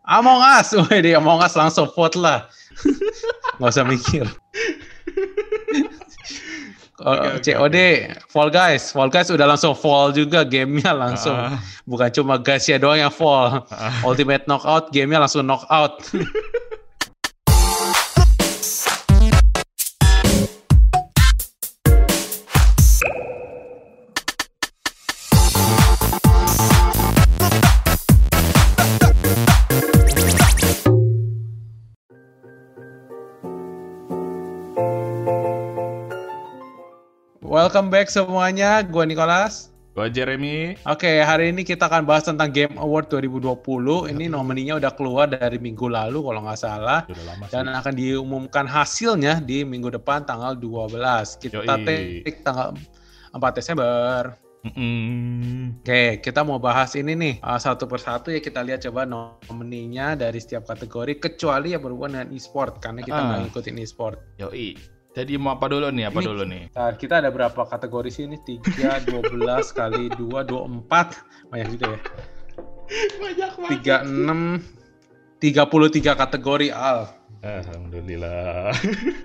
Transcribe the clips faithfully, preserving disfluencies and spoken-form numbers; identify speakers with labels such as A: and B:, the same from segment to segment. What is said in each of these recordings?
A: Among Us, wih di Among Us langsung vote lah. Nggak usah mikir.
B: Okay, okay,
A: C O D, okay. Fall Guys, Fall Guys udah langsung fall juga gamenya langsung, uh, bukan cuma guysnya doang yang fall. Uh, Ultimate Knockout, gamenya langsung knockout. Welcome back semuanya, gue Nicholas.
B: Gue Jeremy.
A: Oke, okay, hari ini kita akan bahas tentang Game Award dua ribu dua puluh. Ini nomininya udah keluar dari minggu lalu kalau nggak salah. Dan akan diumumkan hasilnya di minggu depan tanggal dua belas. Kita take tanggal empat Desember.
B: Mm-hmm.
A: Oke, okay, kita mau bahas ini nih uh, satu persatu ya, kita lihat coba nomininya dari setiap kategori kecuali yang berhubungan dengan e-sport karena kita nggak uh. ngikutin e-sport.
B: Yoi. Jadi mau apa dulu nih? Apa ini, dulu nih?
A: Nah, kita ada berapa kategori sini? tiga, dua belas kali dua, dua puluh empat. Banyak juga ya.
B: Banyak banget.
A: tiga puluh enam, tiga puluh tiga kategori, Al.
B: Alhamdulillah.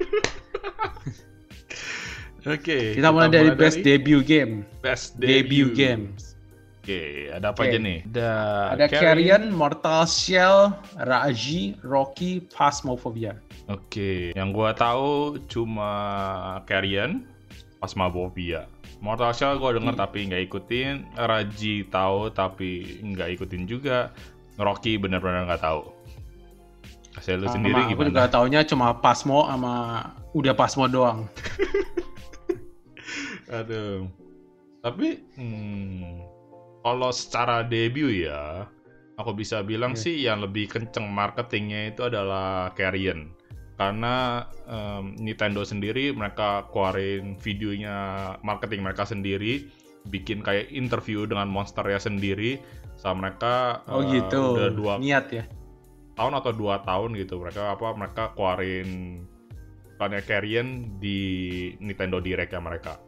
B: Oke. Okay,
A: kita, kita mulai dari mulai Best dari Debut Game.
B: Best
A: Debut,
B: Debut
A: Games.
B: Oke, okay, ada apa okay. aja nih?
A: Ada, ada Carrion, Mortal Shell, Raji, Rocky, Phasmophobia.
B: Oke, okay. Yang gua tahu cuma Carrion, Phasmophobia. Mortal Shell gua denger hmm. tapi nggak ikutin. Raji tahu tapi nggak ikutin juga. Rocky benar-benar nggak tahu. Kasih lu
A: sama,
B: sendiri gimana?
A: Aku juga taunya cuma Phasmo sama udah Phasmo doang.
B: Aduh. Tapi hmm, kalau secara debut ya, aku bisa bilang okay. sih yang lebih kenceng marketingnya itu adalah Carrion. Karena um, Nintendo sendiri mereka keluarin videonya marketing mereka sendiri, bikin kayak interview dengan monsternya sendiri, sama mereka
A: oh uh, gitu
B: udah dua
A: niat ya
B: tahun atau dua tahun gitu mereka apa mereka keluarin plannya Carrion di Nintendo Direct ya mereka.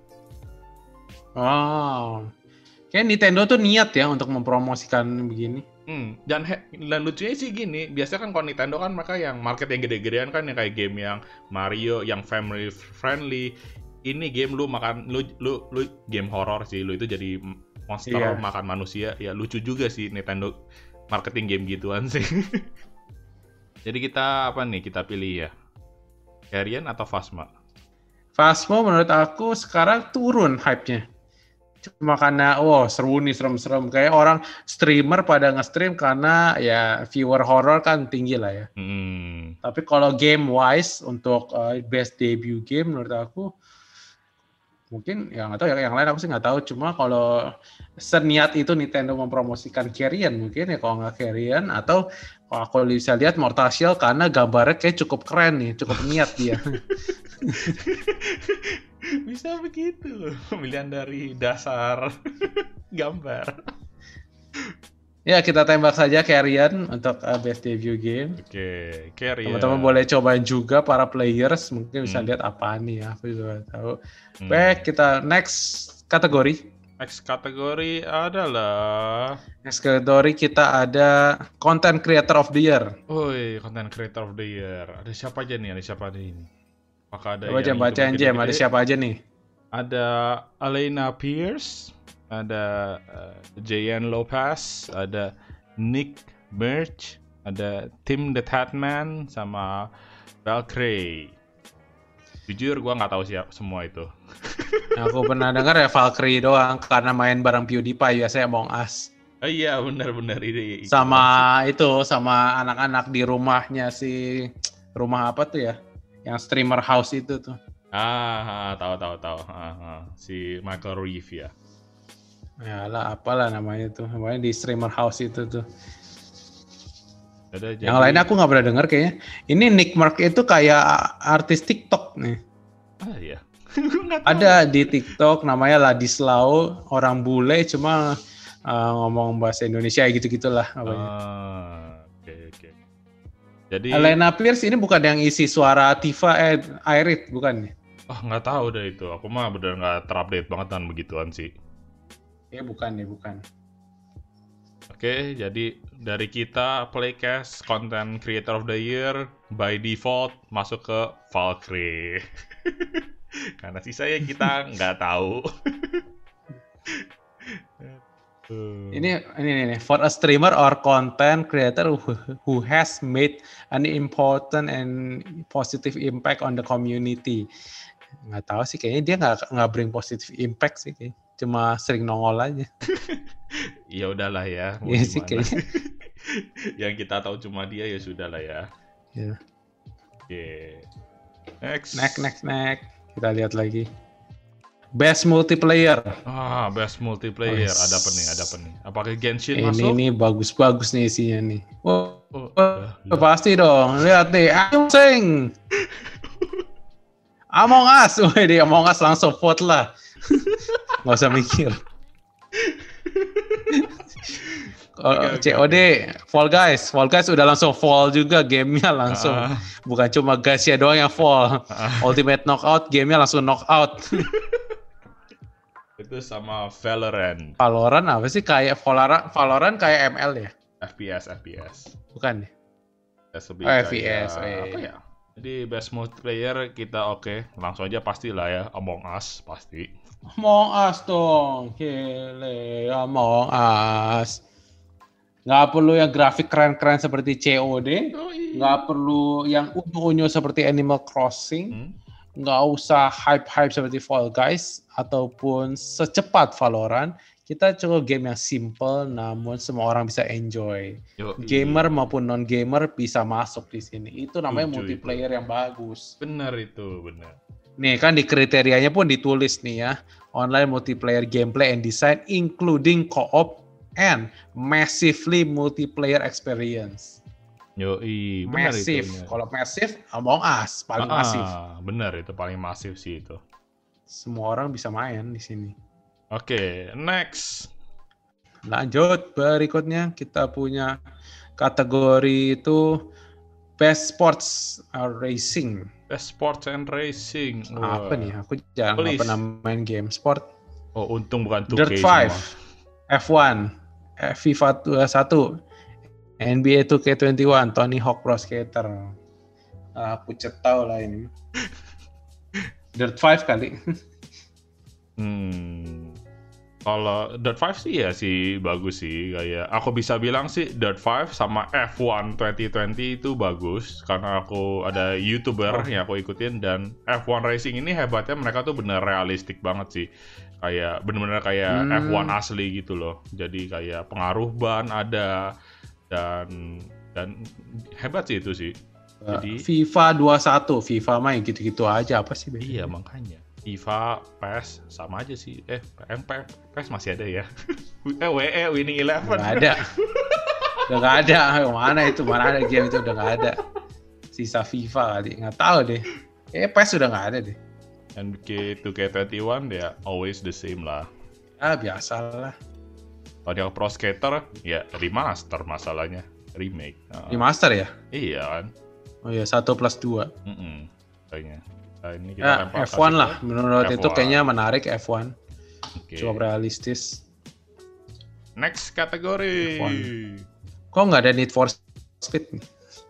A: Oh, kayak Nintendo tuh niat ya untuk mempromosikan begini.
B: Hmm, dan he- dan lucunya sih gini, biasanya kan kalau Nintendo kan mereka yang market yang gede-gedean kan yang kayak game yang Mario yang family friendly. Ini game lu makan lu lu lu game horror sih, lu itu jadi monster yeah. makan manusia. Ya lucu juga sih Nintendo marketing game gituan sih. Jadi kita apa nih kita pilih ya? Carrion atau Phasma?
A: Phasmo menurut aku sekarang turun hype-nya. Cuma karena, wow seru nih, serem-serem. Kayak orang streamer pada nge-stream karena ya viewer horror kan tinggi lah ya.
B: Hmm.
A: Tapi kalau game-wise untuk uh, best debut game menurut aku, mungkin ya nggak tahu ya, yang lain aku sih nggak tahu. Cuma kalau seniat itu Nintendo mempromosikan Carrion mungkin ya, kalau nggak Carrion atau kalau aku bisa lihat Mortal Shell karena gambarnya kayak cukup keren nih, cukup niat dia.
B: Bisa begitu pemilihan dari dasar gambar.
A: Ya kita tembak saja Carrion untuk uh, best debut game.
B: Oke, okay, Carrion.
A: Teman-teman boleh cobain juga para players mungkin bisa hmm. lihat apaan nih ya, aku juga tahu. Hmm. Baik, kita next kategori.
B: Next kategori adalah
A: Next kategori kita ada Content Creator of the Year.
B: Woi, Content Creator of the Year. Ada siapa aja nih? Ada siapa aja ini? Apakah ada
A: coba yang bacain Jam, ada siapa aja nih?
B: Ada Alena Pierce, ada uh, Jayan Lopez, ada Nick Birch, ada Tim the Tatman, sama Valkyrie. Jujur gue nggak tahu siapa semua itu.
A: Aku pernah dengar ya Valkyrie doang karena main bareng PewDiePie biasanya Among Us.
B: Oh iya benar-benar ini.
A: Sama itu sama anak-anak di rumahnya si rumah apa tuh ya? Yang streamer house itu tuh.
B: Ah, tahu tahu tahu. Ah, ah. Si Michael Reeve ya.
A: Ya lah, apalah namanya tuh. Namanya di streamer house itu tuh.
B: Ada,
A: yang jadi... lainnya aku nggak pernah dengar kayaknya. Ini Nick Mark itu kayak artis TikTok nih.
B: Ah iya.
A: Ada di TikTok namanya Ladislau, orang bule cuma uh, ngomong bahasa Indonesia gitu-gitulah.
B: Ah, oke okay, oke. Okay. Jadi
A: Alena Pierce ini bukan yang isi suara Tifa eh Irit bukan?
B: Oh nggak tahu deh itu. Aku mah bener nggak terupdate banget dengan begituan sih.
A: Ya bukan ya bukan.
B: Oke, jadi dari kita Playcast Content Creator of the Year by default masuk ke Valkyrie. Karena sisanya kita nggak tahu.
A: Ini, ini ini for a streamer or content creator who, who has made an important and positive impact on the community. Nggak tahu sih, kayaknya dia nggak nggak bring positive impact sih, kayak cuma sering nongol aja.
B: Ya udahlah ya, mau
A: Iya
B: gimana.
A: sih kayaknya.
B: Yang kita tahu cuma dia, ya sudahlah ya.
A: Ya.
B: Oke. Next.
A: Next next next. Kita lihat lagi. Best multiplayer.
B: Ah, best multiplayer.
A: Oh,
B: ada apa nih? Ada apa nih? Apakah Genshin
A: ini,
B: masuk?
A: Ini bagus-bagus nih isinya nih. Oh,
B: Oh,
A: oh,
B: uh,
A: pasti dong. Lihat nih, Among Sing. Among Us. Wah, di Among Us langsung vote lah. Nggak usah mikir. Oh,
B: okay, okay,
A: C O D, okay. Fall Guys, Fall Guys udah langsung fall juga gamenya langsung, uh, bukan cuma guysnya doang yang fall. Uh, Ultimate Knockout, gamenya langsung knockout.
B: Itu sama Valorant.
A: Valorant apa sih, kayak Valorant, Valorant kayak M L ya?
B: F P S, F P S.
A: Bukan ya?
B: Oh,
A: F P S, oh, iya.
B: Apa ya? Jadi best multiplayer kita oke, okay. Langsung aja pastilah ya, Among Us pasti.
A: Among Us dong, gile, Among Us. Nggak perlu yang grafik keren-keren seperti C O D, oh, iya. Nggak perlu yang unyu-unyu seperti Animal Crossing, hmm? Nggak usah hype-hype seperti Fall Guys, ataupun secepat Valorant. Kita coba game yang simple, namun semua orang bisa enjoy. Yo, gamer maupun non-gamer bisa masuk di sini. Itu namanya Tujuh multiplayer itu. Yang bagus.
B: Benar itu, benar.
A: Nih kan di kriterianya pun ditulis nih ya, online multiplayer gameplay and design including co-op and massively multiplayer experience.
B: Yoi, benar
A: massive.
B: itu.
A: Kalau massive, Among Us paling ah, masif.
B: Benar itu paling masif sih itu.
A: Semua orang bisa main di sini.
B: Oke, okay, next.
A: Lanjut berikutnya kita punya kategori itu Best Sports Racing.
B: Best Sports and Racing.
A: Apa Wah. nih? Aku jarang nggak pernah main game sport.
B: Oh, untung bukan two K
A: Dirt five, F one, FIFA dua puluh satu, N B A two K twenty-one, Tony Hawk Pro Skater. Aku cetau lah ini. Dirt five kali.
B: Hmm. Kalau Dirt five sih ya sih bagus sih, kayak aku bisa bilang sih Dirt five sama F one twenty twenty itu bagus karena aku ada YouTuber oh. yang aku ikutin, dan F one Racing ini hebatnya mereka tuh bener realistik banget sih. Kayak bener-bener kayak hmm. F one asli gitu loh. Jadi kayak pengaruh ban ada dan dan hebat sih itu sih. Jadi
A: FIFA dua puluh satu, FIFA mah gitu-gitu aja apa sih bedanya?
B: Iya, makanya. FIFA, P E S sama aja sih. Eh, M P, P E S masih ada ya. eh, W E, Winning Eleven.
A: Nggak ada. Udah nggak ada. Mana itu? Mana ada game itu udah nggak ada. Sisa FIFA kali. Nggak tahu deh. Eh, P E S udah nggak ada deh.
B: N B A two K twenty-one ya always the same lah.
A: Ah, biasa lah.
B: Kalau yang Pro Skater, ya remaster masalahnya. Remake. Uh,
A: remaster ya?
B: Iya kan.
A: Oh iya, satu plus dua.
B: Mm-mm, kayaknya. Nah, ini kita
A: ya, F one lah, menurut F one. Itu kayaknya menarik F one. Okay. Cukup realistis.
B: Next kategori.
A: F one. Kok nggak ada Need for Speed nih?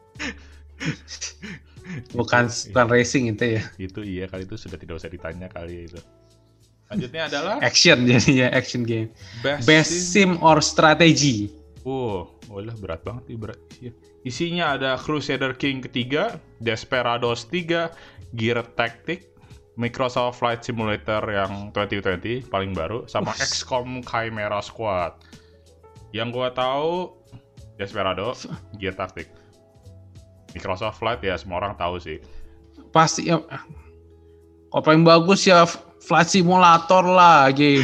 A: bukan itu, bukan racing itu ya?
B: Itu iya kali, itu sudah tidak usah ditanya kali itu. Selanjutnya adalah
A: action, jadinya action game. Best, Best sim or strategy.
B: Oh, walah berat banget nih, berat. Isinya ada Crusader King ketiga, Desperados tiga, Gear Tactic, Microsoft Flight Simulator yang twenty twenty paling baru, sama Ush. X COM Chimera Squad. Yang gua tahu Desperado, Gear Tactic. Microsoft Flight ya semua orang tahu sih.
A: Pasti ya. Kalau paling bagus ya Flight Simulator lagi.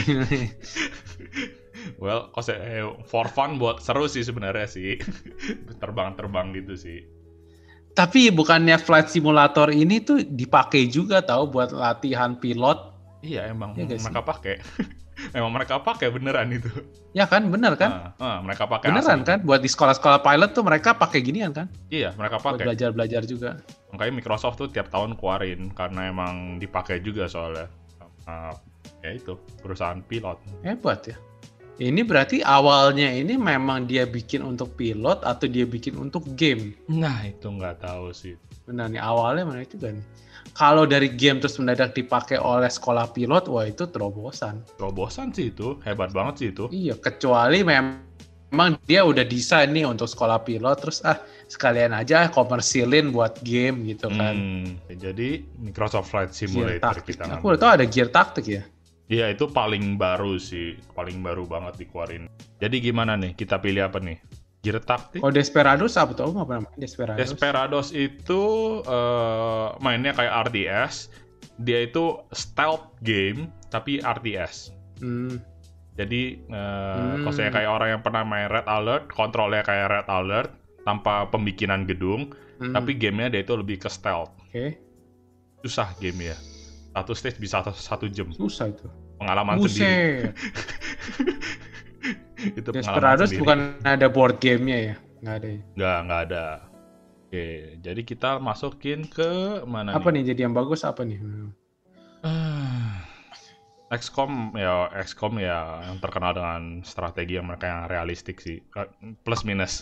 B: Well, for fun buat seru sih sebenarnya sih. Terbang-terbang gitu sih.
A: Tapi bukannya Flight Simulator ini tuh dipakai juga tahu buat latihan pilot.
B: Iya, emang ya, mereka pakai. Emang mereka pakai beneran itu.
A: Ya kan, bener kan?
B: Nah, nah, mereka pakai
A: beneran asli. Kan? Buat di sekolah-sekolah pilot tuh mereka pakai ginian kan?
B: Iya, mereka pakai.
A: Buat belajar-belajar juga.
B: Makanya Microsoft tuh tiap tahun keluarin karena emang dipakai juga soalnya. Uh, ya itu, perusahaan pilot.
A: Hebat ya. Ini berarti awalnya ini memang dia bikin untuk pilot atau dia bikin untuk game?
B: Nah, itu nggak tahu sih.
A: Benar nih, awalnya mana itu kan? Kalau dari game terus mendadak dipakai oleh sekolah pilot, wah itu terobosan.
B: Terobosan sih itu, hebat banget sih itu.
A: Iya, kecuali mem- memang dia udah desain nih untuk sekolah pilot, terus ah sekalian aja komersilin buat game gitu kan.
B: Hmm, jadi Microsoft Flight Simulator kita ngambil.
A: Aku udah tahu ada Gear Tactic ya.
B: Iya, itu paling baru sih, paling baru banget dikeluarin. Jadi gimana nih, kita pilih apa nih? Gear Tactic?
A: Oh, Desperados apa tuh? Aku nggak pernah main Desperados.
B: Desperados itu uh, mainnya kayak R T S. Dia itu stealth game, tapi R T S.
A: Hmm.
B: Jadi, uh,
A: hmm.
B: kalau saya kayak orang yang pernah main Red Alert, kontrolnya kayak Red Alert, tanpa pembikinan gedung, hmm. tapi gamenya dia itu lebih ke stealth.
A: Oke. Okay.
B: Susah game ya. Satu stage bisa satu, satu jam.
A: Susah itu.
B: Pengalaman
A: Buset.
B: sendiri. Itu
A: Desperados bukan ada board gamenya ya? Nggak ada ya?
B: Nggak, nggak ada. Oke, jadi kita masukin ke mana
A: apa
B: nih?
A: nih? Jadi yang bagus apa nih?
B: X COM ya, X COM ya yang terkenal dengan strategi yang mereka yang realistik sih. Plus minus.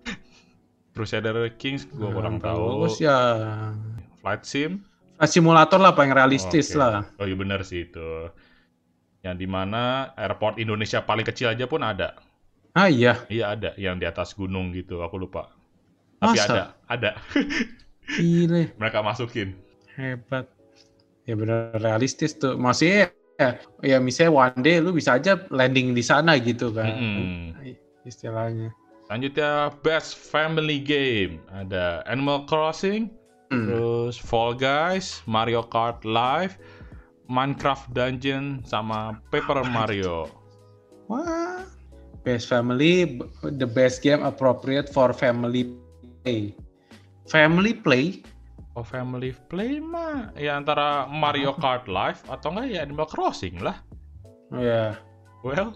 B: Crusader Kings gue nah, kurang tahu.
A: Bagus ya.
B: Flight Sim.
A: Flight Simulator lah paling realistis
B: okay.
A: lah.
B: Oh iya benar sih itu. Yang dimana airport Indonesia paling kecil aja pun ada.
A: Ah iya?
B: Iya ada, yang di atas gunung gitu, aku lupa. Tapi
A: Masa?
B: ada, ada.
A: Gile.
B: Mereka masukin.
A: Hebat. Ya benar realistis tuh. Maksudnya ya, ya misalnya one day lu bisa aja landing di sana gitu kan.
B: Mm-hmm.
A: Istilahnya.
B: Selanjutnya Best Family Game. Ada Animal Crossing, hmm. terus Fall Guys, Mario Kart Live, Minecraft Dungeon, sama Paper Mario.
A: Wah, Best Family, the best game appropriate for family play. Family play?
B: Oh, family play mah ya antara Mario Kart Live atau enggak ya Animal Crossing lah.
A: Oh ya. Yeah.
B: Well,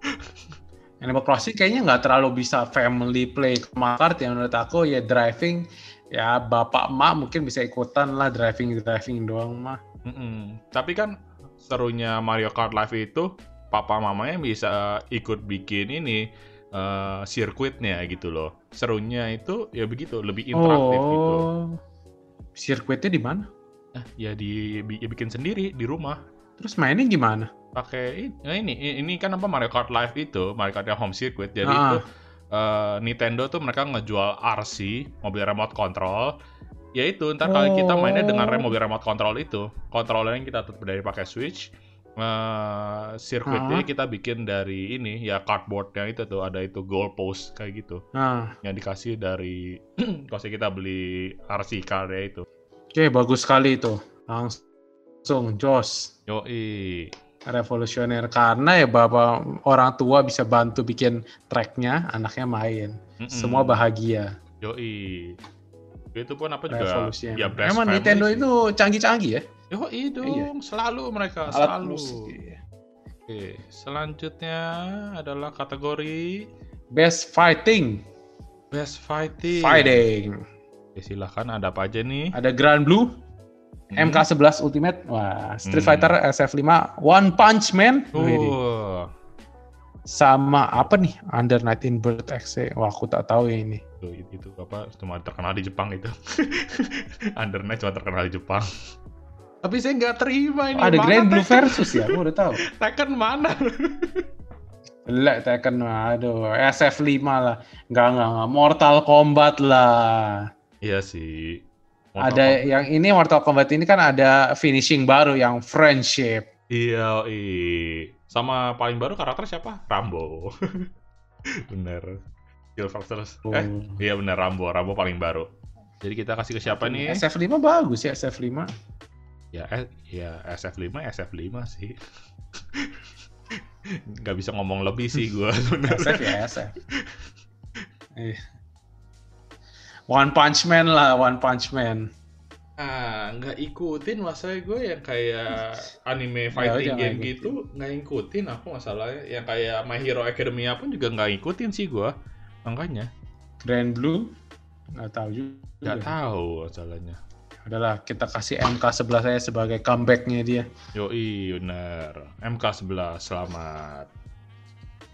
A: Animal Crossing kayaknya nggak terlalu bisa family play. Mario Kart yang menurut aku ya driving, ya bapak emak mungkin bisa ikutan lah driving driving doang mah.
B: Mm-mm. Tapi kan serunya Mario Kart Live itu papa mamanya bisa ikut bikin ini uh, sirkuitnya gitu loh. Serunya itu ya begitu, lebih interaktif
A: oh,
B: gitu.
A: Sirkuitnya di mana?
B: Eh, ya di ya bikin sendiri di rumah.
A: Terus mainnya gimana?
B: Pakai nah ini ini kan apa Mario Kart Live itu Mario Kart Home Circuit. Jadi
A: ah.
B: itu uh, Nintendo tuh mereka ngejual R C, mobil remote control. Ya itu, ntar oh. kali kita mainnya dengan mobil remote control itu, kontrolernya kita tetap dari pakai Switch, uh, sirkuitnya uh. kita bikin dari ini ya cardboard yang itu tuh, ada itu goalpost kayak gitu, uh. yang dikasih dari kalau kita beli R C car-nya itu.
A: Oke, okay, bagus sekali itu, langsung jos.
B: Yoi.
A: Revolusioner karena ya bapak orang tua bisa bantu bikin tracknya, anaknya main, Mm-mm. semua bahagia.
B: Yoi. Itu pun apa juga
A: ya best emang Nintendo sih. Itu canggih-canggih ya?
B: Yo itu iya. Selalu mereka
A: alat
B: selalu.
A: Musik, iya.
B: Oke, selanjutnya adalah kategori
A: Best Fighting.
B: Best Fighting.
A: Fighting.
B: Oke, silahkan ada apa aja nih?
A: Ada Grand Blue, hmm. M K eleven Ultimate, wah Street hmm. Fighter S F five, One Punch Man.
B: Oh.
A: Sama apa nih? Under Night in Bird X. Wah, aku tak tahu ya ini.
B: Tuh, itu apa cuma terkenal di Jepang itu. Under Night cuma terkenal di Jepang. Tapi saya nggak terima ini.
A: Oh, ada Grand Blue versus ya, aku udah tahu.
B: Tekken mana?
A: Lek Tekken, aduh, S F five lah. Nggak, nggak, nggak. Mortal Kombat lah.
B: Iya sih.
A: Mortal ada Kombat. Yang ini Mortal Kombat ini kan ada finishing baru yang Friendship.
B: Iya, iya. Sama paling baru karakter siapa? Rambo. Bener. Sylvester. Oh. Eh, iya bener Rambo. Rambo paling baru. Jadi kita kasih ke siapa nih?
A: S F five bagus ya, S F five.
B: Ya, eh, ya S F five, S F five sih. Gak bisa ngomong lebih sih gue.
A: S F ya S F. One Punch Man lah, One Punch Man.
B: Ah, nggak ikutin masalahnya gue yang kayak anime fighting ya, game gitu, nggak ngikutin aku masalahnya. Yang kayak My Hero Academia pun juga nggak ngikutin sih gue, makanya.
A: Grand Blue nggak tahu juga.
B: Nggak tahu masalahnya.
A: Adalah kita kasih M K eleven saya sebagai comeback-nya dia.
B: Yoi, bener. M K eleven, selamat.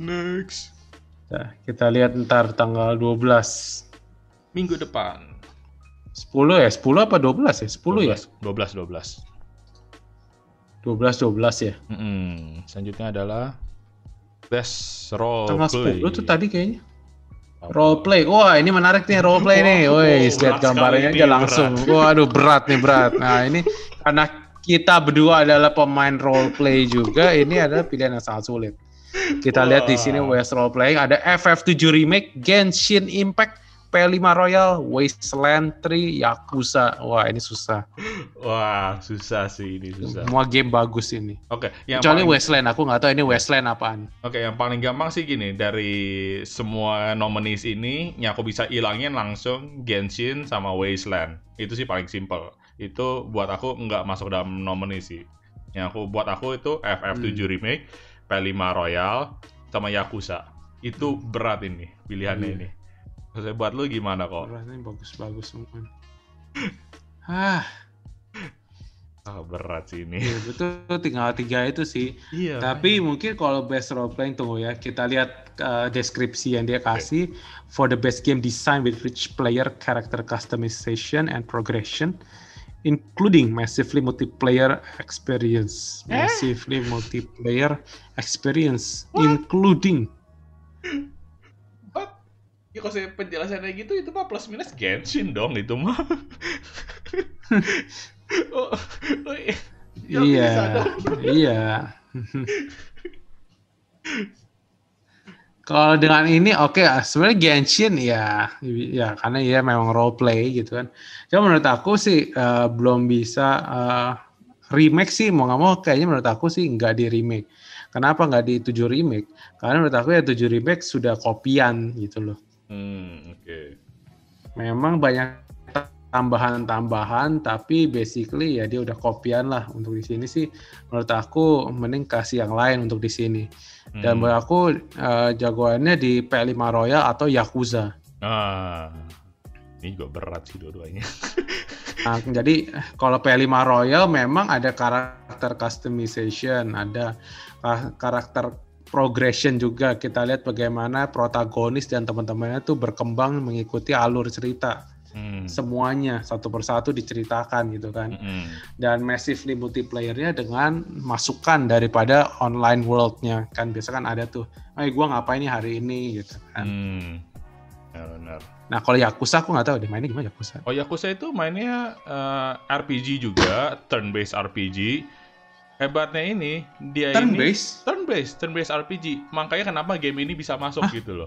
B: Next.
A: Nah, kita lihat ntar tanggal dua belas.
B: Minggu depan.
A: sepuluh ya? sepuluh apa dua belas ya? sepuluh ya?
B: dua belas, dua belas.
A: dua belas, dua belas ya?
B: Mm-mm. Selanjutnya adalah Best Role
A: Tanggal
B: Play.
A: sepuluh tuh tadi kayaknya. Role play. Wah, ini menarik nih role play nih.
B: Wow,
A: Woi,
B: berat
A: lihat gambarnya
B: sekali
A: aja
B: ini,
A: langsung. Waduh, berat nih, berat. Nah, ini karena kita berdua adalah pemain role play juga, ini adalah pilihan yang sangat sulit. Kita
B: Wah.
A: lihat di sini West Role Playing ada F F tujuh Remake, Genshin Impact, P lima Royal, Wasteland tiga, Yakuza. Wah, ini susah.
B: Wah, susah sih ini susah.
A: Semua game bagus ini.
B: Oke, yang
A: Kecuali
B: paling-
A: Wasteland, aku nggak tahu ini Wasteland apaan.
B: Oke, yang paling gampang sih gini, dari semua nominees ini yang aku bisa ilangin langsung Genshin sama Wasteland. Itu sih paling simple. Itu buat aku nggak masuk dalam nominee sih. Yang aku buat aku itu F F tujuh
A: Hmm.
B: Remake, P lima Royal, sama Yakuza. Itu berat ini pilihannya
A: Iya.
B: ini. Terus buat lu gimana kok?
A: Ini bagus-bagus semua. Ah,
B: Ah, berat sih ini.
A: ya betul, tinggal tiga itu sih.
B: Iya.
A: Tapi mungkin kalau best role playing, tunggu ya, kita lihat uh, deskripsi yang dia kasih. For the best game design with rich player character customization and progression, including massively multiplayer experience.
B: Eh?
A: Massively multiplayer experience, including.
B: What? Ya kalau saya penjelasannya gitu, itu mah plus minus Genshin dong itu mah. oh, oh, iya. Ya,
A: Iya,
B: bisa dong.
A: iya. Kalau dengan ini oke, okay, sebenarnya Genshin ya, ya karena ya memang role play gitu kan. Cuma menurut aku sih uh, belum bisa uh, remake sih, mau nggak mau kayaknya menurut aku sih nggak di remake. Kenapa nggak di tujuh remake? Karena menurut aku ya tujuh remake sudah kopian gitu loh.
B: Hmm, oke. Okay.
A: Memang banyak tambahan-tambahan, tapi basically ya dia udah kopian lah. Untuk di sini sih menurut aku mending kasih yang lain untuk di sini. Dan
B: Hmm.
A: menurut aku uh, jagoannya di P lima Royal atau Yakuza.
B: Ah, ini juga berat sih dua-duanya.
A: Nah, jadi kalau P lima Royal memang ada karakter customization, ada uh, karakter progression juga. Kita lihat bagaimana protagonis dan teman-temannya tuh berkembang mengikuti alur cerita.
B: Hmm.
A: Semuanya satu persatu diceritakan gitu kan.
B: Hmm.
A: Dan massively multiplayer-nya dengan masukan daripada online world-nya kan, biasa kan ada tuh, eh gue ngapain nih hari ini gitu kan.
B: Hmm. Ya, benar.
A: Nah kalau Yakuza aku nggak tahu deh mainnya gimana Yakuza.
B: Oh, Yakuza itu mainnya uh, R P G juga, turn based R P G. Hebatnya ini dia
A: Turn
B: ini
A: based?
B: turn based, turn based R P G. Makanya kenapa game ini bisa masuk
A: Hah?
B: gitu loh.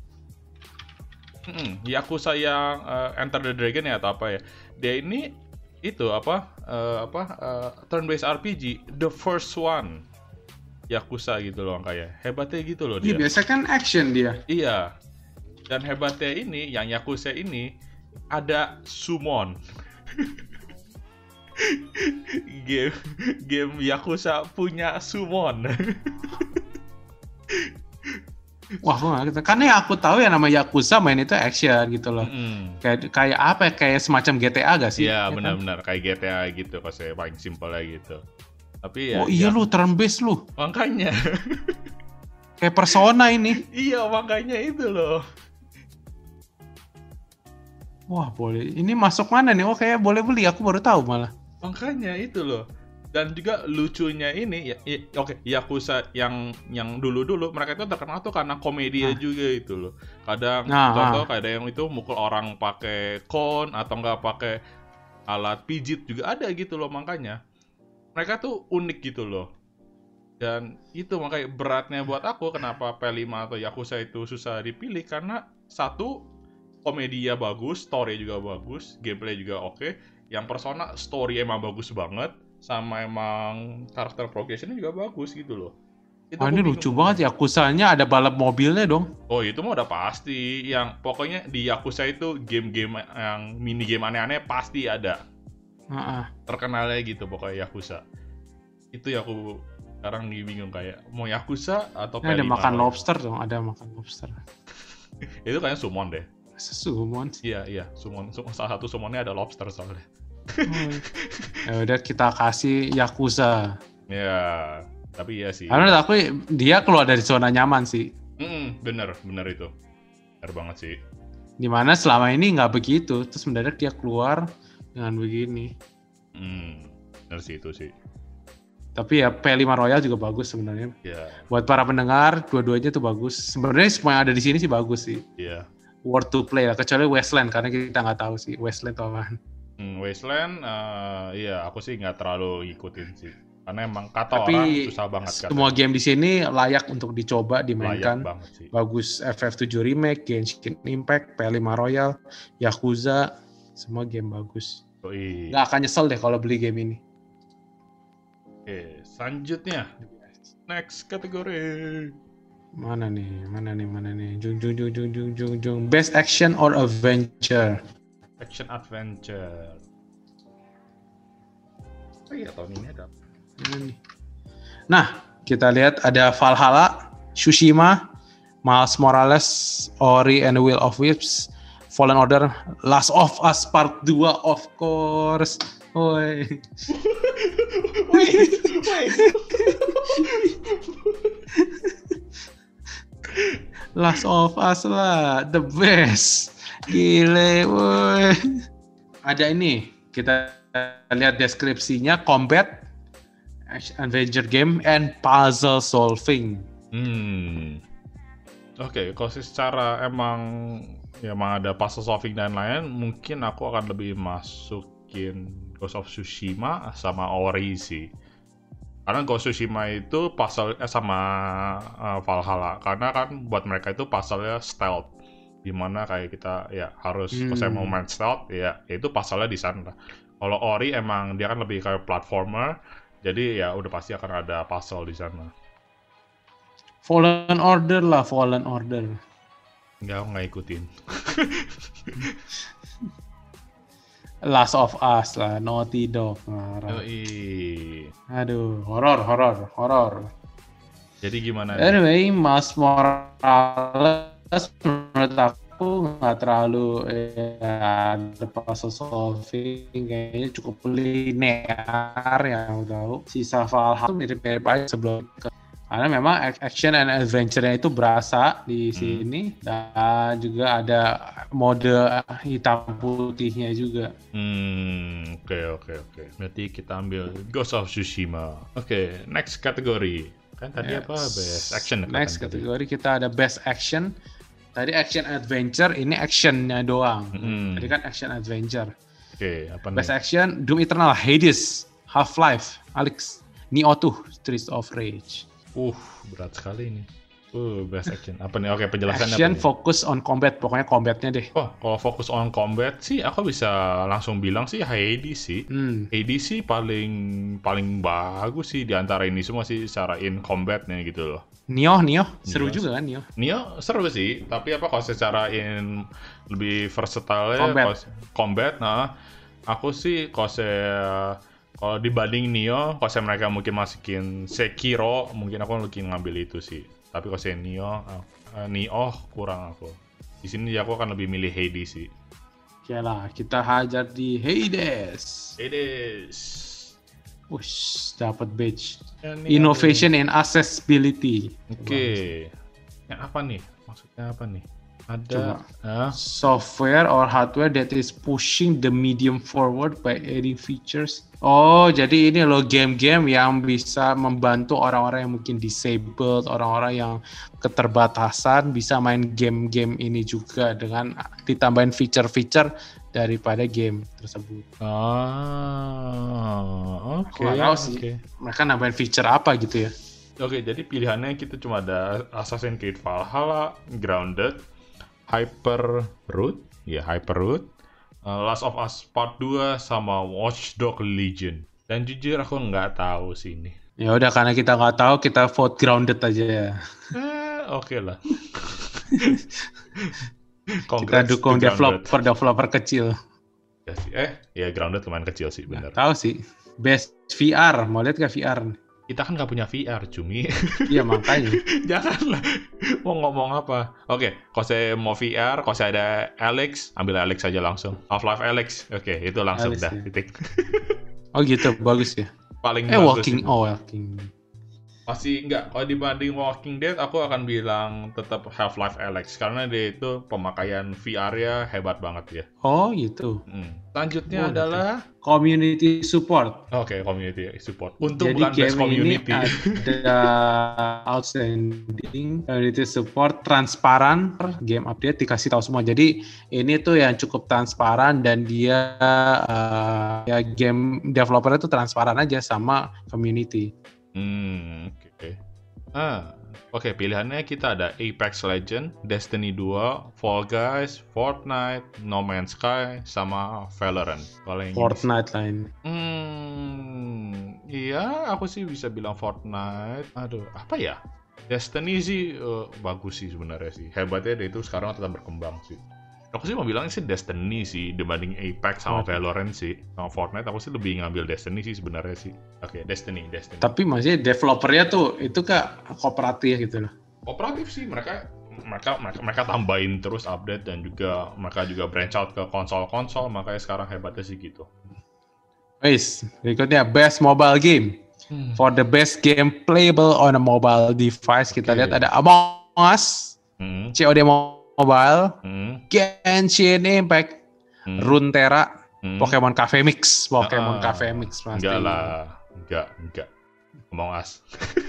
B: Mm-mm. Yakuza yang uh, Enter the Dragon ya atau apa ya? Dia ini itu apa uh, apa uh, turn based R P G, the first one Yakuza gitu loh kayak. Hebatnya gitu loh
A: Iya
B: dia.
A: biasa kan action dia.
B: Iya. Dan hebatnya ini yang Yakuza ini ada summon. game game Yakuza punya summon.
A: Wah gue nggak ngerti. Karena yang aku tahu ya nama Yakuza main itu action gitu loh.
B: Mm.
A: Kayak kayak apa ya? Kayak semacam G T A gak sih?
B: Iya
A: Ya kan?
B: benar-benar kayak G T A gitu kalau saya paling simpel gitu. Tapi ya
A: Oh iya
B: ya,
A: lu turn based lu.
B: makanya.
A: Kayak Persona ini.
B: Iya makanya itu loh.
A: Wah boleh. Ini masuk mana nih? Oh kayak boleh beli. Aku baru tahu malah.
B: Makanya itu loh. Dan juga lucunya ini ya, ya oke Yakuza yang yang dulu-dulu mereka itu terkenal tuh karena komedia
A: Nah.
B: juga itu loh. Kadang
A: Nah,
B: contoh
A: ah.
B: kayak ada yang itu mukul orang pakai kon atau enggak pakai alat pijit juga ada gitu loh, makanya mereka tuh unik gitu loh. Dan itu makanya beratnya buat aku kenapa P lima atau Yakuza itu susah dipilih karena satu komedia bagus, story juga bagus, gameplay juga oke. Yang Persona story emang bagus banget, sama emang karakter progression juga bagus gitu loh. Itu
A: Wah
B: aku
A: ini
B: bingung.
A: lucu banget Yakuzanya ada balap mobilnya dong.
B: Oh itu mah udah pasti. Yang pokoknya di Yakuza itu game-game yang mini game aneh-aneh pasti ada.
A: Heeh.
B: Terkenalnya gitu pokoknya Yakuza. Itu ya aku sekarang bingung kayak mau Yakuza atau
A: Ini ada
B: P lima
A: makan
B: lagi.
A: lobster dong, ada makan lobster.
B: Itu kayaknya summon deh.
A: Sesumon sih.
B: Iya iya, summon. Summon- Salah satu summonnya ada lobster soalnya.
A: Oh, ya udah kita kasih Yakuza.
B: Ya, tapi iya sih.
A: Karena menurut aku dia keluar dari zona nyaman sih.
B: Hmm, bener, bener itu. Bener banget sih.
A: Dimana selama ini nggak begitu, terus mendadak dia keluar dengan begini.
B: Hmm, bener sih itu sih.
A: Tapi ya P lima Royal juga bagus sebenarnya.
B: Ya.
A: Buat para pendengar, dua-duanya tuh bagus. Sebenarnya semua yang ada di sini sih bagus sih.
B: Iya.
A: Worth to play lah, kecuali Wasteland karena kita nggak tahu sih Wasteland atau apaan.
B: Hmm, Wasteland, uh, iya aku sih nggak terlalu ngikutin sih. Karena emang kata
A: Tapi
B: orang susah banget katanya.
A: semua game di sini layak untuk dicoba, dimainkan.
B: Layak banget sih.
A: Bagus F F tujuh Remake, Genshin Impact, P lima Royal, Yakuza, semua game bagus.
B: Oh, iya.
A: Nggak akan nyesel deh kalau beli game ini.
B: Oke, selanjutnya next kategori.
A: Mana nih, mana nih, mana nih? Jung jung jung jung jung jung jung. Best action or adventure?
B: Action adventure. Oh iya, tahun ini ada.
A: Nah, kita lihat ada Valhalla, Tsushima, Miles Morales, Ori and the Will of Wisps, Fallen Order, Last of Us Part dua of course. Woi.
B: Wait, wait.
A: Last of Us lah, the best. Gile, woi. Ada ini, kita lihat deskripsinya, combat, adventure game, and puzzle solving.
B: Hmm. Oke, okay, kalau secara emang ya emang ada puzzle solving dan lain, mungkin aku akan lebih masukin Ghost of Tsushima sama Ori sih. Karena Ghost of Tsushima itu puzzle eh, sama uh, Valhalla, karena kan buat mereka itu puzzle-nya stealth, dimana kayak kita ya harus hmm. kalau saya mau main stealth ya itu puzzle-nya di sana. Kalau Ori emang dia kan lebih kayak platformer, jadi ya udah pasti akan ada puzzle di sana.
A: Fallen Order lah, Fallen Order.
B: Enggak, aku nggak ikutin.
A: Last of Us lah, Naughty Dog.
B: Yoi.
A: Aduh, horor, horor, horor.
B: Jadi gimana?
A: Anyway, Miles Morales menurut aku nggak terlalu ya, ada puzzle solving, kayaknya cukup linear yang tahu. Sisa Valhalla itu mirip-mirip aja sebelum ke karena memang action and adventure-nya itu berasa di sini hmm. dan juga ada mode hitam putihnya juga.
B: Hmm, oke okay, oke okay, oke. Okay. Berarti kita ambil Ghost of Tsushima. Oke, okay, next kategori. Kan tadi yes. apa? Best action.
A: Next kan kategori tadi? Kita ada best action. Tadi action adventure, ini actionnya doang. Hmm. Tadi kan action adventure.
B: Oke, okay, apa
A: best
B: nih?
A: action, Doom Eternal, Hades, Half-Life, Alex, Nioh two, Streets of Rage.
B: Uh, berat sekali ini. Uh, best action. Apa nih? Oke, penjelasannya
A: action
B: apa
A: fokus on combat, pokoknya combatnya deh.
B: Oh, kalau fokus on combat sih, aku bisa langsung bilang sih Hades sih. Hmm. Hades sih paling paling bagus sih di antara ini semua sih secara in combatnya gitu loh.
A: Nioh, Nioh, seru Nioh. juga kan Nioh.
B: Nioh seru sih, tapi apa kalau secara in lebih versatile
A: combat.
B: combat, nah aku sih kalau saya kalau dibanding Nioh, kalau saya mereka mungkin masukin Sekiro, mungkin aku mungkin ngambil itu sih. Tapi kalau saya Nioh, uh, Nioh kurang aku. Di sini aku akan lebih milih Hades sih.
A: Oke lah, kita hajar di Hades.
B: Hades.
A: Wush, dapat badge. Ya, Innovation and accessibility.
B: Oke. Okay. Yang apa nih? Maksudnya apa nih? Ada
A: uh. software or hardware that is pushing the medium forward by adding features. Oh, jadi ini loh game-game yang bisa membantu orang-orang yang mungkin disabled, orang-orang yang keterbatasan bisa main game-game ini juga dengan ditambahin feature-feature daripada game tersebut.
B: Ah, oke.
A: Okay, tahu sih. Okay. Mereka nambahin feature apa gitu ya?
B: Oke, okay, jadi pilihannya kita cuma ada Assassin's Creed Valhalla, Grounded, Hyperroot, ya Hyperroot, uh, Last of Us Part dua sama Watch Dogs Legion. Dan jujur aku nggak tahu sih ini.
A: Ya udah karena kita nggak tahu kita vote Grounded aja ya.
B: Eh, oke okay lah.
A: Kita dukung developer developer kecil.
B: Ya sih, eh ya Grounded lumayan kecil sih benar.
A: Tahu sih. Best V R, mau lihat nggak V R?
B: Kita kan nggak punya V R, cumi.
A: Iya makanya.
B: Janganlah. Mau ngomong apa? Oke, kalau saya mau V R, kalau saya ada Alex, ambil Alex aja langsung. Half-Life Alex. Oke, itu langsung
A: Alex,
B: dah
A: ya.
B: titik.
A: Oh gitu, bagus ya.
B: Paling
A: eh,
B: bagus.
A: walking, oh walking.
B: Masih enggak, kalau dibanding Walking Dead aku akan bilang tetap Half-Life Alyx karena dia itu pemakaian V R-nya hebat banget ya.
A: Oh gitu.
B: Hmm. Selanjutnya
A: Boleh
B: adalah
A: tuh. Community support.
B: oke, okay, community support. Untuk
A: Jadi
B: bukan best
A: game
B: community.
A: ini ada outstanding community support, transparan, game update dikasih tahu semua. Jadi ini tuh yang cukup transparan dan dia uh, ya game developer itu transparan aja sama community.
B: Hmm, oke. Okay. Ah, oke, okay, pilihannya kita ada Apex Legends, Destiny dua, Fall Guys, Fortnite, No Man's Sky, sama Valorant. Kalau yang
A: Fortnite lah ini.
B: Hmm, iya, aku sih bisa bilang Fortnite. Aduh, apa ya? Destiny sih uh, bagus sih sebenarnya sih. Hebatnya dia itu sekarang tetap berkembang sih. Aku sih mau bilang sih Destiny sih dibanding Apex sama okay. Valorant sih. Sama Fortnite aku sih lebih ngambil Destiny sih sebenarnya sih. Oke, okay, Destiny, Destiny.
A: Tapi masih developernya tuh itu kak kooperatif gitu loh.
B: Kooperatif sih mereka mereka mereka, mereka tambahin terus update dan juga mereka juga branch out ke konsol-konsol, makanya sekarang hebatnya sih gitu.
A: Guys, berikutnya best mobile game. Hmm. For the best game playable on a mobile device, kita okay. lihat ada Among Us, hmm. C O D Mobile, hmm. Genshin Impact, hmm. Runeterra, hmm. Pokemon Cafe Mix, Pokemon uh, Cafe Mix pasti.
B: Enggak lah, enggak, enggak. Among Us.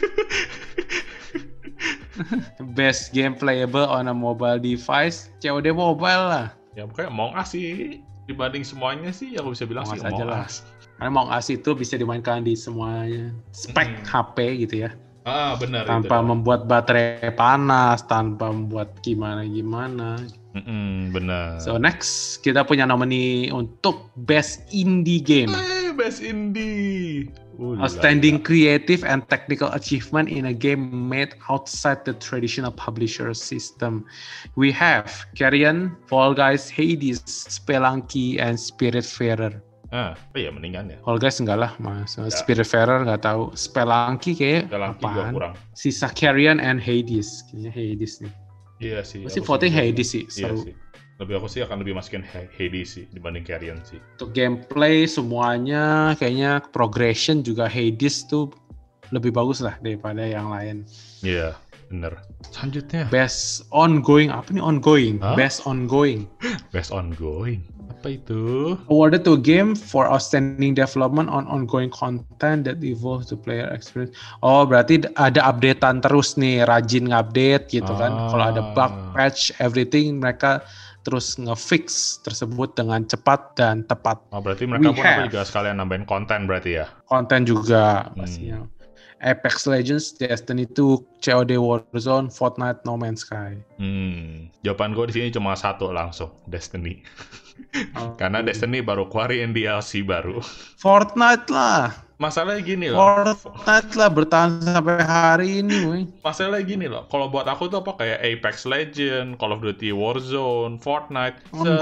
A: Best game playable on a mobile device, C O D Mobile lah.
B: Ya pokoknya Among Us sih, dibanding semuanya sih, aku bisa bilang Among sih Among Us.
A: Karena Among Us itu bisa dimainkan di semuanya spek hmm. H P gitu ya.
B: Ah benar.
A: Tanpa itu, membuat baterai panas, tanpa membuat gimana-gimana.
B: Mm-mm, benar.
A: So next kita punya nomini untuk best indie game.
B: Hey, best indie. Ooh,
A: Outstanding lala. Creative and technical achievement in a game made outside the traditional publisher system. We have Carrion, Fall Guys, Hades, Spelunky, and Spiritfarer.
B: Ah, oh iya mendingan ya.
A: Fall Guys enggak lah, mas. Ya. Spiritfarer nggak tahu. Spelunky kayak
B: Spelunky apaan? Kurang.
A: Sisa Carrion and Hades. Kayaknya Hades nih.
B: Iya sih.
A: Masih voting Hades sih.
B: Iya sih. Lebih aku sih akan lebih masukin Hades sih dibanding Carrion sih.
A: Untuk gameplay semuanya kayaknya progression juga Hades tuh lebih bagus lah daripada yang lain.
B: Iya, bener. Selanjutnya.
A: Best ongoing, apa nih ongoing? Huh? Best ongoing.
B: Best ongoing. Apa itu?
A: Awarded to a game for outstanding development on ongoing content that evolves the player experience. Oh, berarti ada updatean terus nih, rajin ngupdate gitu ah. kan. Kalau ada bug, patch, everything mereka terus nge-fix tersebut dengan cepat dan tepat.
B: Oh, berarti mereka We pun have. juga sekalian nambahin konten berarti ya?
A: Konten juga hmm. pastinya. Apex Legends, Destiny two, C O D Warzone, Fortnite, No Man's Sky.
B: Hmm, jawaban gue di sini cuma satu langsung, Destiny. Oh, Karena Destiny baru keluarin D L C baru.
A: Fortnite lah.
B: Masalahnya gini loh.
A: Fortnite lah bertahan sampai hari ini, woy.
B: Masalahnya gini loh. Kalau buat aku tuh apa kayak Apex Legends, Call of Duty Warzone, Fortnite,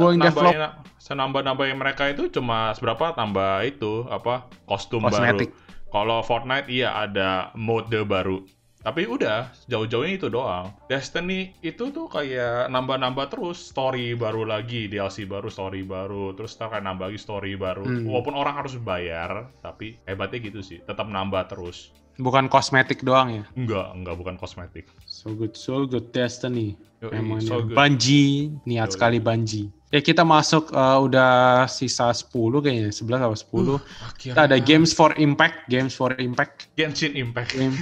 B: senambah-nambahnya mereka itu cuma seberapa tambah itu apa kostum Cosmetic. baru. Kalau Fortnite iya ada mode baru. Tapi udah, jauh-jauhnya itu doang. Destiny itu tuh kayak nambah-nambah terus. Story baru lagi, D L C baru, story baru. Terus kayak nambah lagi story baru. Hmm. Walaupun orang harus bayar, tapi hebatnya gitu sih. Tetap nambah terus.
A: Bukan kosmetik doang ya?
B: Enggak, enggak bukan kosmetik.
A: So good, so good Destiny.
B: Emang so
A: Bungie, niat Yo, sekali Bungie. Ya kita masuk uh, udah sisa sepuluh kayaknya, sebelas atau sepuluh. Uh, kita ada Games for Impact, Games for Impact.
B: Genshin Impact.
A: Game.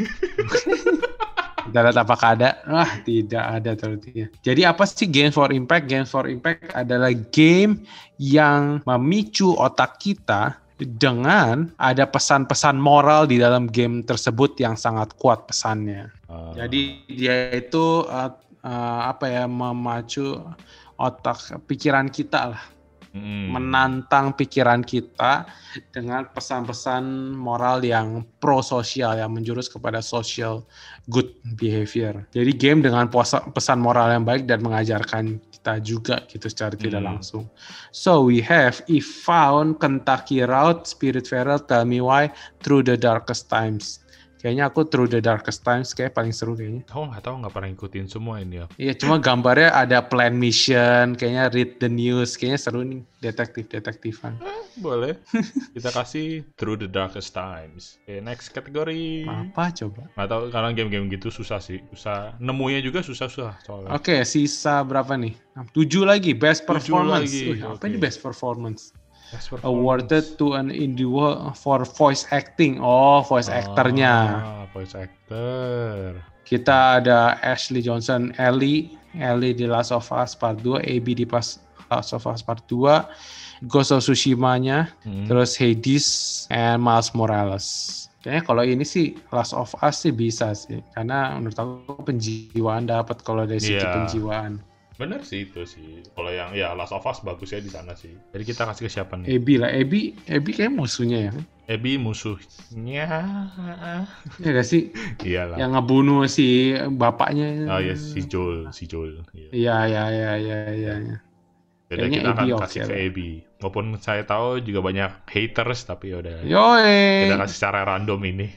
A: Kita lihat apakah ada. Wah, tidak ada ternyata. Jadi apa sih Games for Impact? Games for Impact adalah game yang memicu otak kita dengan ada pesan-pesan moral di dalam game tersebut yang sangat kuat pesannya. Uh. Jadi dia itu uh, uh, apa ya memacu otak pikiran kita lah, hmm. menantang pikiran kita dengan pesan-pesan moral yang pro sosial yang menjurus kepada social good behavior. Jadi game dengan pesan moral yang baik dan mengajarkan kita juga gitu secara hmm. tidak langsung. So we have If Found, Kentucky Route, Spiritfarer, Tell Me Why, Through the Darkest Times. Kayaknya aku Through the Darkest Times kayak paling seru kayaknya.
B: Oh nggak tahu, nggak pernah ngikutin semua ini ya.
A: Iya, cuma gambarnya ada plan mission, kayaknya read the news, kayaknya seru nih, detektif-detektifan.
B: Eh, boleh. Kita kasih Through the Darkest Times. Oke, next kategori.
A: Apa coba?
B: Nggak tahu, karena game-game gitu susah sih. Susah. Nemunya juga susah-susah soalnya.
A: Oke, sisa berapa nih? Tujuh lagi, best
B: Tujuh
A: performance.
B: lagi,
A: Wih, apa
B: oke.
A: ini best performance?
B: Best performance.
A: Awarded to an individual for voice acting. Oh, voice actornya.
B: Ah, voice actor.
A: Kita ada Ashley Johnson, Ellie, Ellie di Last of Us Part dua, Abby di Pas Last of Us Part dua, Ghost of Tsushima-nya,
B: Hmm.
A: terus Hades, and Miles Morales. Kayaknya kalau ini sih Last of Us sih bisa sih, karena menurut aku penjiwaan dapat kalau dari segi
B: Iya.
A: penjiwaan.
B: Bener sih itu sih. Kalau yang ya Last of Us bagus ya di sana sih. Jadi kita kasih ke siapa nih?
A: Abby lah, Abby, Abby kayak musuhnya ya.
B: Abby musuhnya.
A: Ya gak sih?
B: Iyalah.
A: Yang ngebunuh si bapaknya.
B: Oh ya si Joel, si Joel. Iya.
A: Iya, iya, iya, iya, iya.
B: Jadi
A: Kayaknya
B: kita akan
A: Abby
B: kasih
A: oke
B: ke
A: lah.
B: Abby. Walaupun saya tahu juga banyak haters, tapi yaudah.
A: Yoi.
B: Kita kasih secara random ini.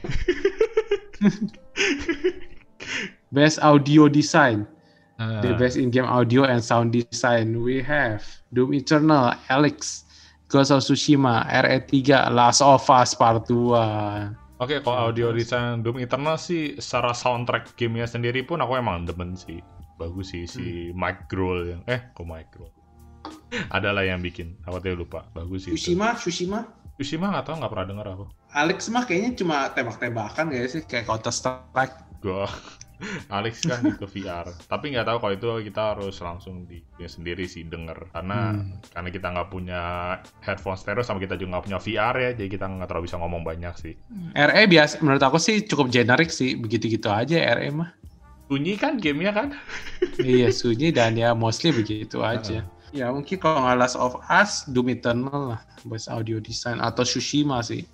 A: Best audio design.
B: Ah,
A: The best in-game audio and sound design. We have Doom Eternal, Alex, Ghost of Tsushima, R E tiga, Last of Us Part dua.
B: Oke, kalau audio design Doom Eternal sih secara soundtrack gamenya sendiri pun aku emang demen sih. Bagus sih si Mike Grohl yang eh kok Mike Grohl. Adalah yang bikin. Aku tadi lupa. Bagus sih. itu.
A: Tsushima, Tsushima.
B: Tsushima nggak tahu, nggak pernah denger aku.
A: Alex mah kayaknya cuma tembak-tembakan gak sih? Kayak Counter Strike.
B: Gua Alex kan itu V R. Tapi nggak tahu kalau itu kita harus langsung di punya sendiri sih denger. Karena
A: Hmm.
B: karena kita nggak punya headphone stereo sama kita juga nggak punya V R ya, jadi kita nggak terlalu bisa ngomong banyak sih.
A: R E biasa, menurut aku sih cukup generik sih. Begitu-gitu aja R E mah.
B: Sunyi kan gamenya kan?
A: Iya, sunyi dan ya mostly begitu aja. Ya mungkin kalau nggak Last of Us, Doom Eternal lah. Best audio design. Atau Tsushima sih.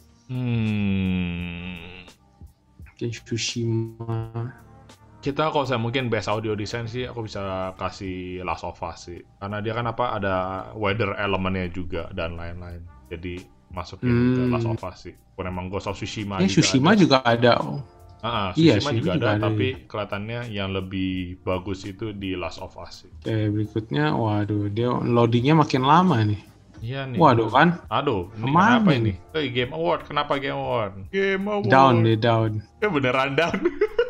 B: Hmm.
A: Mungkin Tsushima.
B: Kita kalau saya mungkin best audio design sih aku bisa kasih Last of Us sih. Karena dia kan apa ada weather elemennya juga dan lain-lain. Jadi masukin ke
A: Hmm.
B: Last of Us sih. Pun emang Ghost of Tsushima
A: Eh,
B: juga
A: Tsushima
B: ada.
A: juga ada. Oh.
B: Ah, ah,
A: Iya,
B: Tsushima
A: Tsushima
B: juga,
A: juga
B: ada,
A: ada,
B: tapi
A: iya.
B: kelihatannya yang lebih bagus itu di Last of Us sih.
A: Oke, berikutnya, waduh, dia loadingnya makin lama nih.
B: Iya nih.
A: Waduh kan,
B: Aduh, ini
A: Kemana
B: kenapa
A: ini?
B: ini? Eh, Game Award, kenapa Game Award? Game Award.
A: down deh, down.
B: Eh, beneran down.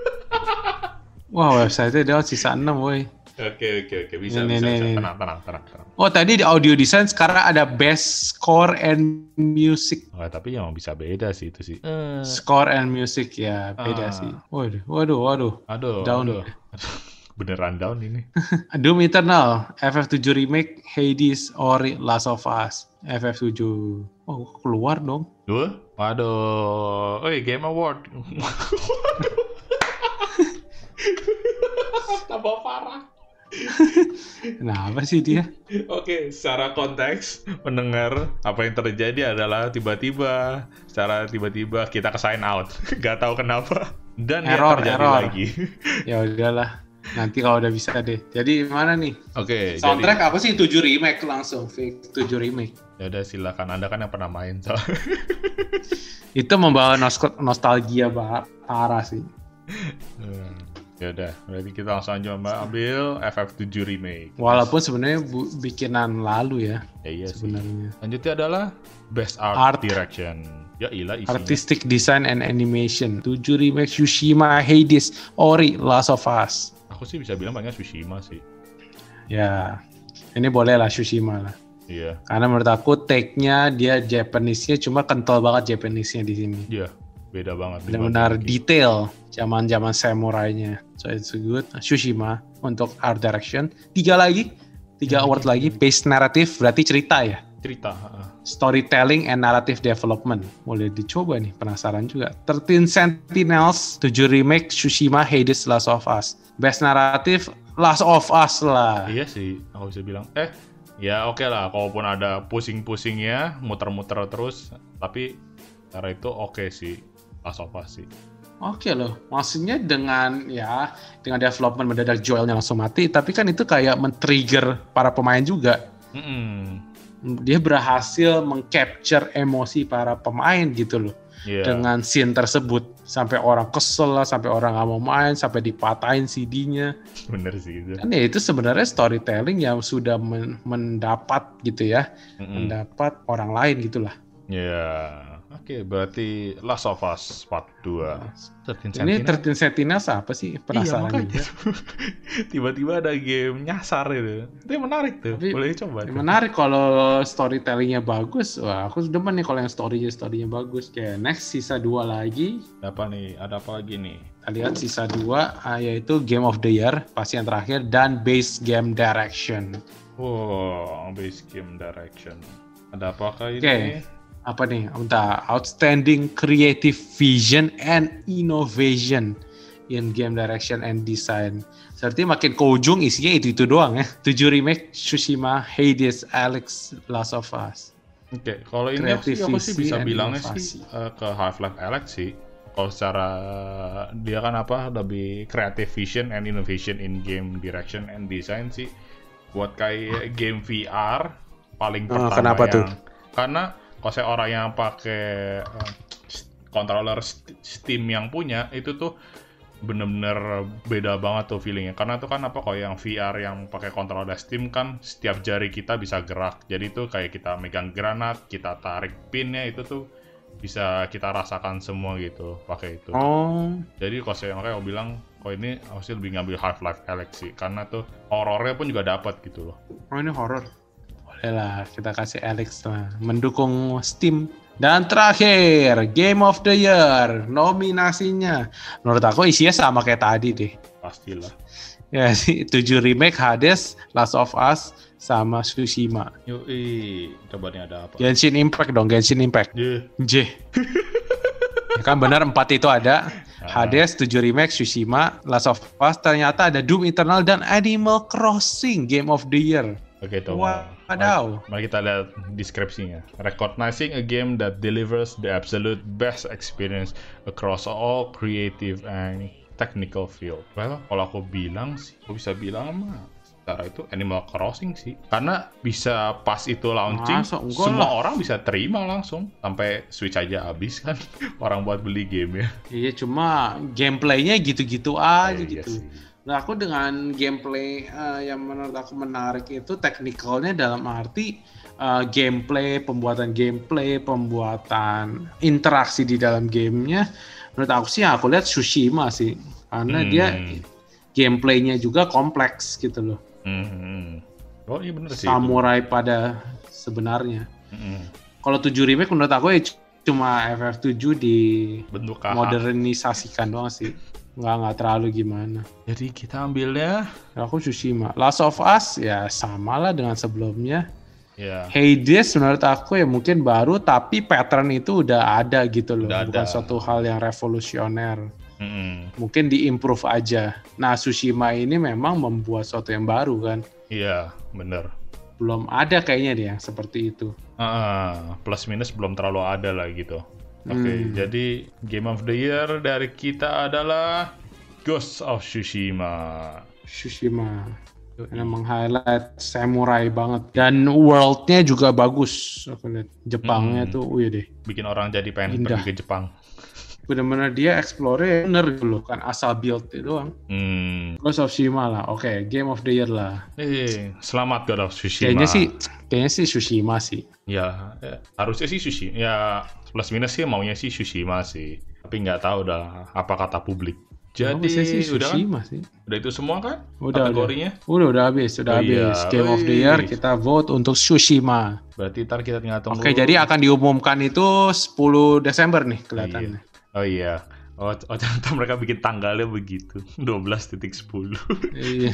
A: Wah, website-nya down sisa enam, woi.
B: Oke, oke, oke. Bisa,
A: Nih,
B: bisa,
A: nih,
B: bisa.
A: nih.
B: Tenang, tenang, tenang, tenang.
A: Oh, tadi di audio design sekarang ada best score and music.
B: Oh, tapi yang bisa beda sih itu sih.
A: Score and music ya, beda
B: Ah.
A: sih. Waduh, waduh, waduh.
B: Aduh,
A: Down.
B: aduh. Beneran down ini.
A: Doom Eternal, F F tujuh Remake, Hades, Ori, Last of Us, F F tujuh. Oh, keluar dong.
B: Duh, waduh. Oi, Game Award. Tambah parah.
A: Kenapa sih dia?
B: Oke, secara konteks mendengar apa yang terjadi adalah tiba-tiba, secara tiba-tiba kita ke sign out, gak tahu kenapa, dan ya
A: Error,
B: terjadi
A: error.
B: lagi.
A: Ya udahlah. Nanti kalau udah bisa deh. Jadi mana nih?
B: Oke,
A: Soundtrack apa sih? tujuh Remake langsung. Fix tujuh Remake.
B: jadi ya udah silakan, Anda kan yang pernah main, so.
A: Itu membawa nos- nostalgia banget. Parah sih.
B: Hmm, ya udah, berarti kita langsung aja Mbak ambil F F tujuh Remake.
A: Walaupun sebenarnya bu- bikinan lalu ya.
B: Ya iya sih.
A: Sebenarnya.
B: Lanjutnya adalah Best Art,
A: Art.
B: Direction. Ya ilah isinya.
A: Artistic Design and Animation. tujuh Remake, Tsushima, Hades, Ori, Last of Us.
B: Aku sih bisa bilang banyak Tsushima sih.
A: Ya, ini boleh lah Tsushima lah.
B: Iya,
A: Karena menurut aku take-nya dia Japanese-nya cuma kental banget Japanese-nya di sini.
B: iya, beda banget.
A: Benar-benar
B: dibanding-
A: detail zaman-zaman samurai-nya. So it's good. Tsushima untuk art direction. Tiga lagi, tiga award lagi. Based narrative berarti cerita ya.
B: cerita. heeh.
A: Storytelling and narrative development. Boleh dicoba nih, penasaran juga. thirteen Sentinels, tujuh Remake, Tsushima, Hades, Last of Us. Best narrative, Last of Us lah.
B: Iya sih, aku bisa bilang. Eh, ya oke lah, kalaupun ada pusing-pusingnya, muter-muter terus, tapi cara itu oke sih, Last of Us sih.
A: Oke loh, maksudnya dengan ya dengan development mendadak Joelnya langsung mati, tapi kan itu kayak men-trigger para pemain juga.
B: Mm-mm.
A: Dia berhasil meng-capture emosi para pemain gitu loh.
B: Yeah.
A: dengan scene tersebut. Sampai orang kesel lah, sampai orang nggak mau main, sampai dipatahin C D-nya.
B: Bener sih itu.
A: Kan ya itu sebenarnya storytelling yang sudah men- mendapat gitu ya,
B: Mm-mm.
A: mendapat orang lain gitulah.
B: Ya, yeah. Oke, okay, berarti Last of Us Part dua.
A: Ini thirteen Sentinels apa sih? Penasaran
B: iya,
A: juga.
B: Tiba-tiba ada game nyasar itu. Itu yang menarik tuh.
A: Tapi,
B: boleh coba.
A: Menarik kalau storytellingnya bagus. Wah, aku demen nih kalau yang storynya storynya bagus. Kayak next sisa dua lagi.
B: Ada apa nih? Ada apa lagi nih?
A: Kita lihat sisa dua, yaitu Game of the Year, pasti yang terakhir, dan Base Game Direction.
B: Wow, Base Game Direction. Ada apakah ini?
A: Okay. Apa nih? Udah, Outstanding Creative Vision and Innovation in Game Direction and Design. Berarti makin ke ujung isinya itu-itu doang ya. tujuh remake Tsushima, Hades, Alex, Last of Us.
B: Oke, okay. Kalau ini aku sih, aku sih bisa bilangnya sih uh, ke Half-Life Alyx sih. Kalau secara dia kan apa lebih creative vision and innovation in game direction and design sih. Buat kayak game V R paling pertama. Oh,
A: kenapa
B: yang,
A: tuh?
B: Karena kalau saya orang yang pakai uh, controller Steam yang punya itu tuh bener-bener beda banget tuh feelingnya. Karena tuh kan apa kalau yang V R yang pakai controller Steam kan setiap jari kita bisa gerak. Jadi tuh kayak kita megang granat, kita tarik pinnya itu tuh bisa kita rasakan semua gitu pakai itu.
A: Oh.
B: Jadi kalau saya makanya mau bilang kalau ini harusnya lebih ngambil Half-Life Alyx sih karena tuh horornya pun juga dapat gitu loh.
A: Oh ini horor. Boleh lah kita kasih Alex lah mendukung Steam. Dan terakhir Game of the Year nominasinya menurut aku isinya sama kayak tadi deh.
B: Pastilah.
A: Ya sih tujuh remake Hades, Last of Us sama Tsushima.
B: Yoi, coba nih ada apa?
A: Genshin Impact dong, Genshin Impact.
B: Yeah.
A: J. Kan benar empat itu ada. Hades, tujuh remake, Tsushima, Last of Us, ternyata ada Doom Eternal dan Animal Crossing Game of the Year.
B: Oke, tuh.
A: Wadaw.
B: Mari, mari kita lihat deskripsinya. Recognizing a game that delivers the absolute best experience across all creative and technical field. Well, kalau aku bilang sih, aku bisa bilang mah secara itu Animal Crossing sih. Karena bisa pas itu launching, semua lah. Orang bisa terima langsung. Sampai Switch aja habis kan orang buat beli game ya.
A: Iya, cuma gameplaynya gitu-gitu aja eh, gitu. Iya nah, aku dengan gameplay uh, yang menurut aku menarik itu teknikalnya dalam arti uh, gameplay, pembuatan gameplay, pembuatan interaksi di dalam gamenya. Menurut aku sih yang aku lihat Tsushima sih. Karena hmm. dia gameplaynya juga kompleks gitu loh.
B: Hmm. Oh iya bener sih.
A: Samurai itu. Pada sebenarnya.
B: Hmm.
A: Kalau tujuh remake menurut aku ya cuma F F tujuh di
B: bentuk
A: modernisasikan doang sih. Nggak, nggak terlalu gimana.
B: Jadi kita ambilnya
A: aku Tsushima. Last of Us ya sama lah dengan sebelumnya.
B: Yeah.
A: Hades menurut aku ya mungkin baru tapi pattern itu udah ada gitu loh. Udah bukan ada. Suatu hal yang revolusioner.
B: Mm-hmm.
A: Mungkin diimprove aja. Nah Tsushima ini memang membuat sesuatu yang baru kan.
B: Iya, bener.
A: Belum ada kayaknya dia seperti itu.
B: Uh, plus minus belum terlalu ada lah gitu. Oke, okay, hmm. jadi Game of the Year dari kita adalah Ghost of Tsushima.
A: Tsushima. Karena meng-highlight samurai banget. Dan world-nya juga bagus. Aku lihat Jepangnya hmm. tuh, wih deh.
B: Bikin orang jadi pengen indah. Pergi ke Jepang.
A: Bener-bener dia explore bener gitu loh, kan asal build itu doang.
B: Hmm.
A: Ghost of Tsushima lah, oke, okay, Game of the Year lah.
B: Eh, selamat Ghost of Tsushima.
A: Kayaknya sih, kayaknya sih Tsushima sih.
B: Ya, ya harusnya sih Tsushima. Ya plus minus sih maunya sih Tsushima sih. Tapi nggak tahu dah apa kata publik. Jadi oh, sih udah kan? Sih. Udah itu semua kan?
A: Udah,
B: kategorinya?
A: Udah, udah, udah habis, udah oh, habis. Iya. Game oh, of the Year kita vote untuk Tsushima.
B: Berarti ntar kita tinggal tunggu.
A: Oke, jadi akan diumumkan itu sepuluh Desember nih kelihatannya.
B: Oh iya. Oh, oh ternyata mereka bikin tanggalnya begitu. dua belas sepuluh.
A: Iya.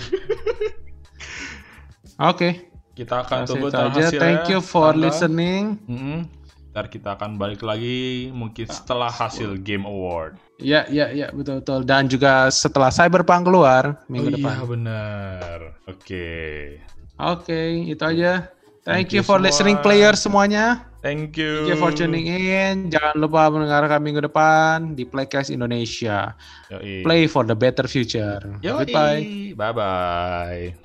A: Oke. Okay.
B: Kita akan tunggu
A: hasilnya. Thank you for tanggal. Listening.
B: Mm-hmm. Ntar kita akan balik lagi mungkin setelah hasil Game Award.
A: Iya, iya, iya, betul-betul. Dan juga setelah Cyberpunk keluar minggu
B: oh,
A: depan.
B: Iya, benar. Oke.
A: Okay. Oke, okay, itu aja. Thank, Thank you, you for semua. Listening players semuanya.
B: Thank you.
A: Thank you for tuning in. Jangan lupa mendengarkan minggu depan di Playcast Indonesia.
B: Yoi.
A: Play for the better future.
B: Yoi.
A: Goodbye.
B: Bye-bye.